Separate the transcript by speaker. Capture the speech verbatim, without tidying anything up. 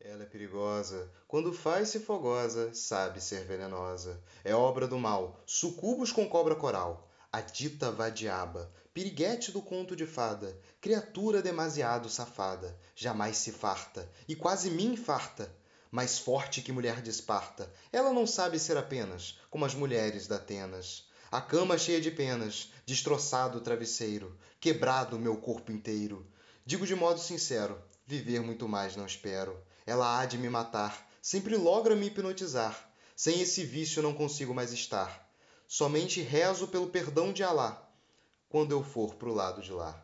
Speaker 1: Ela é perigosa, quando faz-se fogosa, sabe ser venenosa. É obra do mal, sucubos com cobra coral. A dita vadiaba, piriguete do conto de fada, criatura demasiado safada, jamais se farta, e quase me infarta. Mais forte que mulher de Esparta, ela não sabe ser apenas como as mulheres da Atenas. A cama cheia de penas, destroçado o travesseiro, quebrado meu corpo inteiro. Digo de modo sincero, viver muito mais não espero. Ela há de me matar, sempre logra me hipnotizar. Sem esse vício não consigo mais estar. Somente rezo pelo perdão de Alá, quando eu for pro lado de lá.